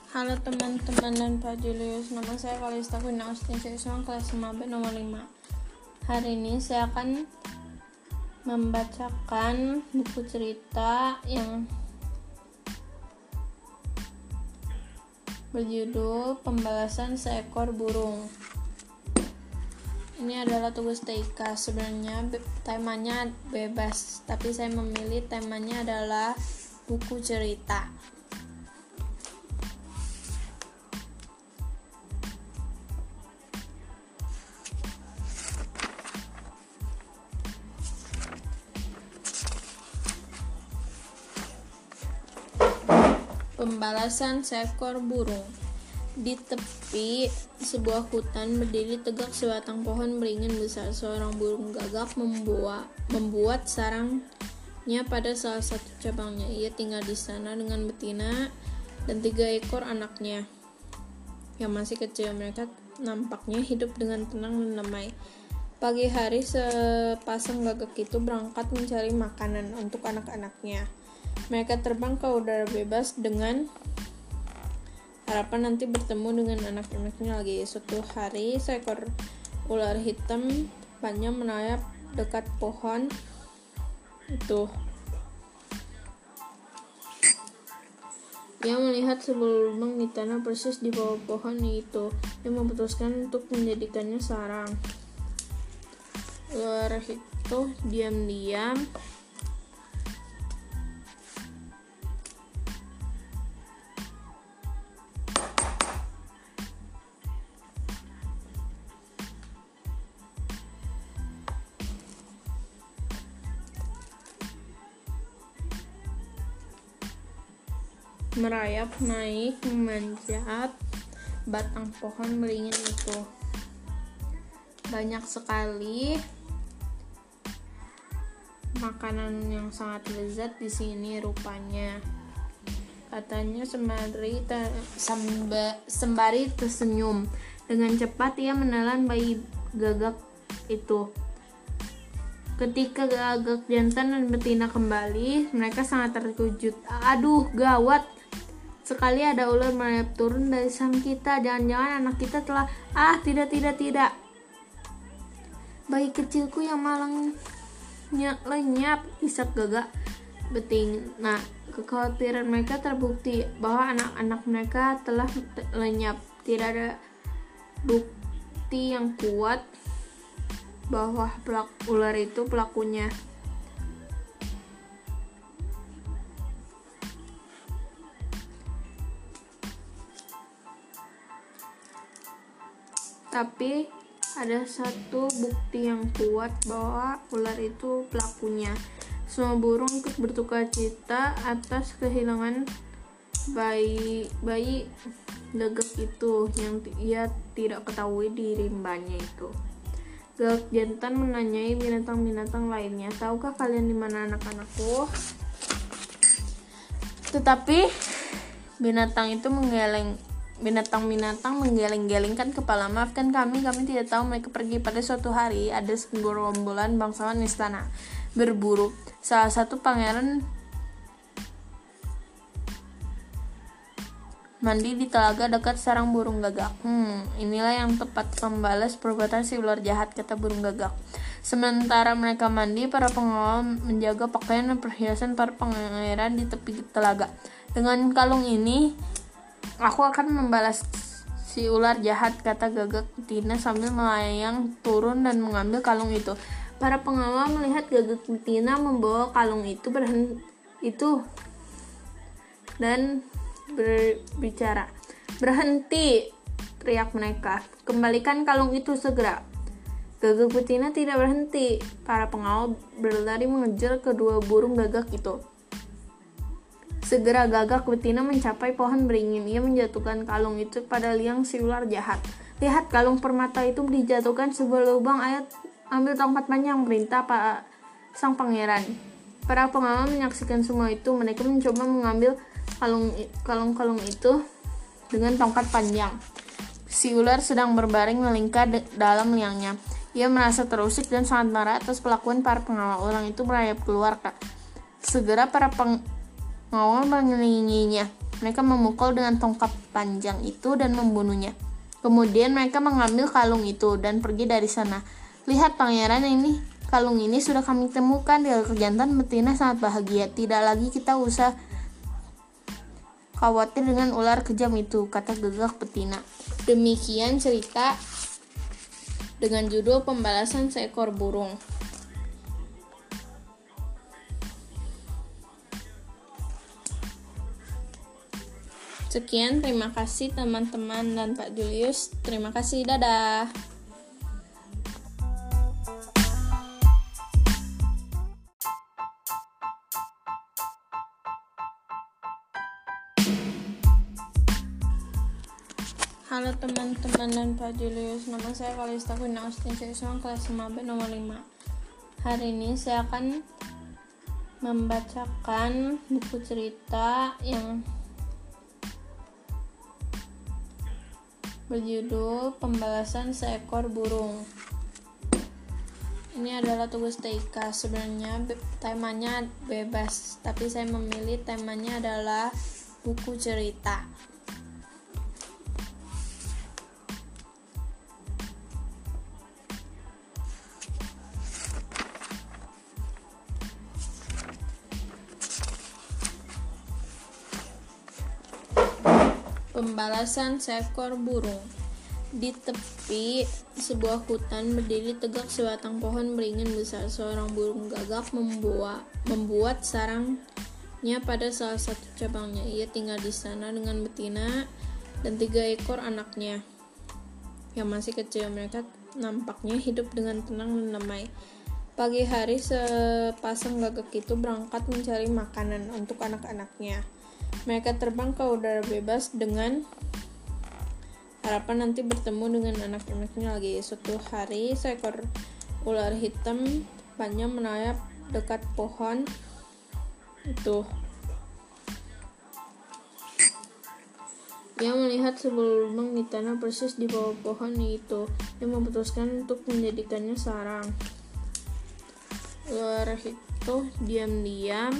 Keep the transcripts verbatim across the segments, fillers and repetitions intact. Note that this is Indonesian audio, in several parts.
Halo teman-teman dan Pak Julius, nama saya Kalista Guna Austin Siswa kelas lima B nomor lima. Hari ini saya akan membacakan buku cerita yang berjudul Pembalasan Seekor Burung. Ini adalah tugas T I K. Sebenarnya be- temanya bebas, tapi saya memilih temanya adalah buku cerita. Pembalasan seekor burung. Di tepi sebuah hutan berdiri tegak sebatang pohon beringin besar. Seorang burung gagak membuat, membuat sarangnya pada salah satu cabangnya. Ia tinggal di sana dengan betina dan tiga ekor anaknya yang masih kecil. Mereka nampaknya hidup dengan tenang dan damai. Pagi hari sepasang gagak itu berangkat mencari makanan untuk anak-anaknya. Mereka terbang ke udara bebas dengan harapan nanti bertemu dengan anak-anaknya lagi. Suatu hari, seekor ular hitam panjang menayap dekat pohon itu. Ia melihat sebuah lubang di tanah persis di bawah pohon itu. Ia memutuskan untuk menjadikannya sarang. Ular itu diam-diam merayap naik memanjat batang pohon beringin itu. Banyak sekali makanan yang sangat lezat di sini rupanya, katanya sembari ter, samba, sembari tersenyum. Dengan cepat ia menelan bayi gagak itu. Ketika gagak jantan dan betina kembali, mereka sangat terkejut. Aduh, gawat! Sekali ada ular merayap turun dari sarang kita. Jangan-jangan anak kita telah... Ah, tidak, tidak, tidak. Bayi kecilku yang malang lenyap, isak gagak betina. Kekhawatiran mereka terbukti bahwa anak-anak mereka telah lenyap. Tidak ada bukti yang kuat bahwa pelaku ular itu pelakunya. Tapi ada satu bukti yang kuat bahwa ular itu pelakunya. Semua burung ikut bertukar cita atas kehilangan bayi bayi gagak itu yang ia tidak ketahui di rimbanya itu. Gagak jantan menanyai binatang-binatang lainnya, "Tahukah kalian di mana anak-anakku?" Tetapi binatang itu menggeleng Binatang-binatang menggeleng-gelengkan kepala. "Maafkan kami, kami tidak tahu mereka pergi." Pada suatu hari, ada segerombolan bangsawan istana berburu. Salah satu pangeran mandi di telaga dekat sarang burung gagak. Hmm, inilah yang tepat membalas perbuatan si ular jahat, kata burung gagak. Sementara mereka mandi, para pengawal menjaga pakaian dan perhiasan para pangeran di tepi telaga. "Dengan kalung ini, aku akan membalas si ular jahat," kata gagak betina sambil melayang turun dan mengambil kalung itu. Para pengawal melihat gagak betina membawa kalung itu berhenti itu dan berbicara. "Berhenti!" teriak mereka. "Kembalikan kalung itu segera." Gagak betina tidak berhenti. Para pengawal berlari mengejar kedua burung gagak itu. Segera gagak betina mencapai pohon beringin. Ia menjatuhkan kalung itu pada liang si ular jahat. "Lihat, kalung permata itu dijatuhkan sebuah lubang. Ayo ambil tongkat panjang," perintah Pak sang pangeran. Para pengawal menyaksikan semua itu. Mereka mencoba mengambil kalung kalung-kalung itu dengan tongkat panjang. Si ular sedang berbaring melingkar de- dalam liangnya. Ia merasa terusik dan sangat marah atas perlakuan para pengawal. Orang itu merayap keluar. Segera para peng Ngawal mengiringinya. Mereka memukul dengan tongkat panjang itu dan membunuhnya. Kemudian mereka mengambil kalung itu dan pergi dari sana. Lihat pangeran, ini kalung ini sudah kami temukan. Gagak jantan betina sangat bahagia. Tidak lagi kita usah khawatir dengan ular kejam itu, kata gagak betina. Demikian cerita dengan judul Pembalasan Seekor Burung. Sekian, terima kasih teman-teman dan Pak Julius. Terima kasih, dadah. Halo teman-teman dan Pak Julius, nama saya Kalista Kwina Austin Siswa kelas lima B nomor lima. Hari ini saya akan membacakan buku cerita yang berjudul Pembalasan Seekor Burung. Ini adalah tugas T I K. Sebenarnya be- temanya bebas, tapi saya memilih temanya adalah buku cerita. Pembalasan Seekor Burung. Di tepi sebuah hutan berdiri tegak sebatang pohon beringin besar. Seorang burung gagak membuat, membuat sarangnya pada salah satu cabangnya. Ia tinggal di sana dengan betina dan tiga ekor anaknya yang masih kecil. Mereka nampaknya hidup dengan tenang dan damai. Pagi hari sepasang gagak itu berangkat mencari makanan untuk anak-anaknya. Mereka terbang ke udara bebas dengan harapan nanti bertemu dengan anak-anaknya lagi. Suatu hari, seekor ular hitam panjang menayap dekat pohon itu. Dia melihat sebuah lubang di tanah persis di bawah pohon itu. Dia memutuskan untuk menjadikannya sarang. Ular itu diam-diam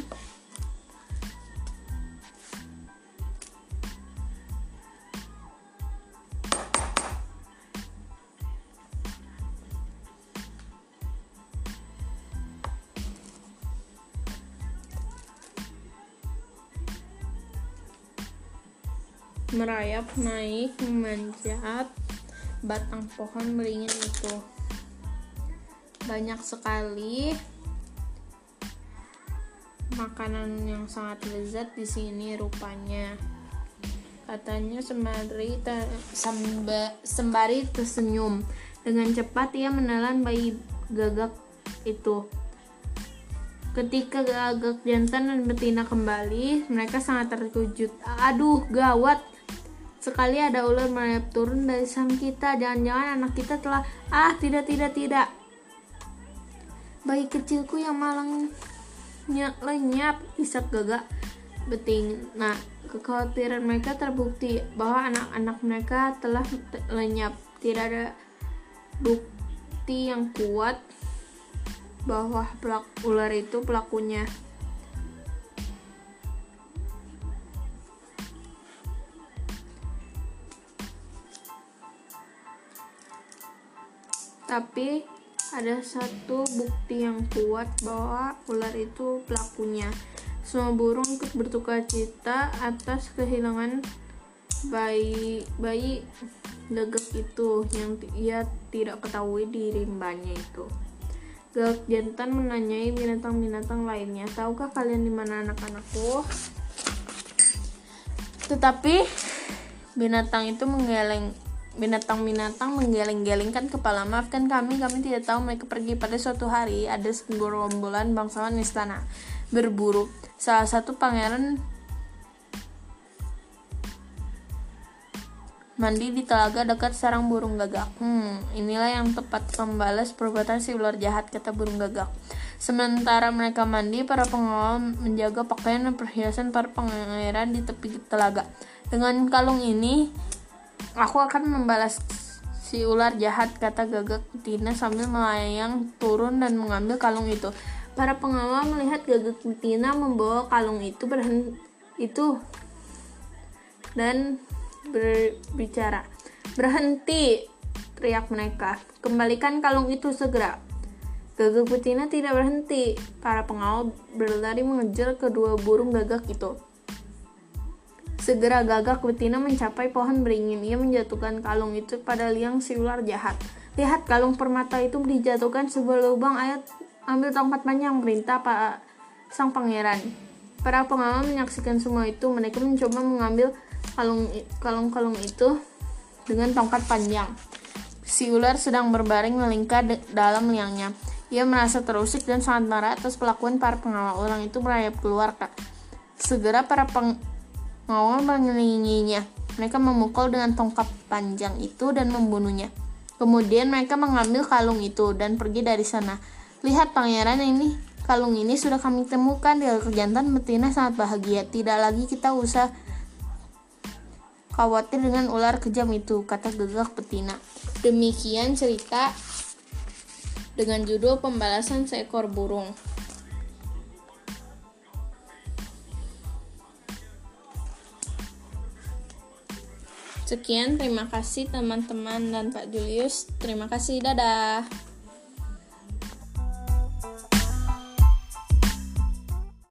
merayap naik memanjat batang pohon beringin itu. Banyak sekali makanan yang sangat lezat di sini rupanya, katanya sembari ter, samba, sembari tersenyum. Dengan cepat ia menelan bayi gagak itu. Ketika gagak jantan dan betina kembali, mereka sangat terkejut. Aduh, gawat! Sekali ada ular merayap turun dari sang kita. Jangan-jangan anak kita telah... Ah, tidak, tidak, tidak. Bayi kecilku yang malang lenyap, isak gagak betina. Kekhawatiran mereka terbukti bahwa anak-anak mereka telah lenyap. Tidak ada bukti yang kuat bahwa pelak, ular itu pelakunya. Tapi ada satu bukti yang kuat bahwa ular itu pelakunya. Semua burung ikut bertukar cita atas kehilangan bayi bayi gagak itu yang ia tidak ketahui di rimbanya itu. Gagak jantan menanyai binatang-binatang lainnya, tahukah kalian di mana anak-anakku? Tetapi binatang itu menggeleng Binatang-binatang menggeleng-gelengkan kepala. Maafkan kami, kami tidak tahu mereka pergi. Pada suatu hari, ada segerombolan bangsawan istana berburu. Salah satu pangeran mandi di telaga dekat sarang burung gagak. Hmm, inilah yang tepat membalas perbuatan si ular jahat, kata burung gagak. Sementara mereka mandi, para pengawal menjaga pakaian dan perhiasan para pangeran di tepi telaga. Dengan kalung ini, aku akan membalas si ular jahat, kata gagak betina sambil melayang turun dan mengambil kalung itu. Para pengawal melihat gagak betina membawa kalung itu berhenti itu dan berbicara. "Berhenti!" teriak mereka. "Kembalikan kalung itu segera." Gagak betina tidak berhenti. Para pengawal berlari mengejar kedua burung gagak itu. Segera gagak betina mencapai pohon beringin. Ia menjatuhkan kalung itu pada liang si ular jahat. "Lihat, kalung permata itu dijatuhkan sebuah lubang. Ayo ambil tongkat panjang," perintah Pak sang pangeran. Para pengawal menyaksikan semua itu. Mereka mencoba mengambil kalung kalung-kalung itu dengan tongkat panjang. Si ular sedang berbaring melingkar de- dalam liangnya. Ia merasa terusik dan sangat marah atas pelakuan para pengawal. Ular itu merayap keluar. Segera para pengawal mengelilinginya. Mereka memukul dengan tongkat panjang itu dan membunuhnya. Kemudian mereka mengambil kalung itu dan pergi dari sana. "Lihat, pangeran, ini kalung ini sudah kami temukan." Gagak jantan betina sangat bahagia. "Tidak lagi kita usah khawatir dengan ular kejam itu," kata gagak betina. Demikian cerita dengan judul Pembalasan Seekor Burung. Sekian, terima kasih teman-teman dan Pak Julius. Terima kasih, dadah.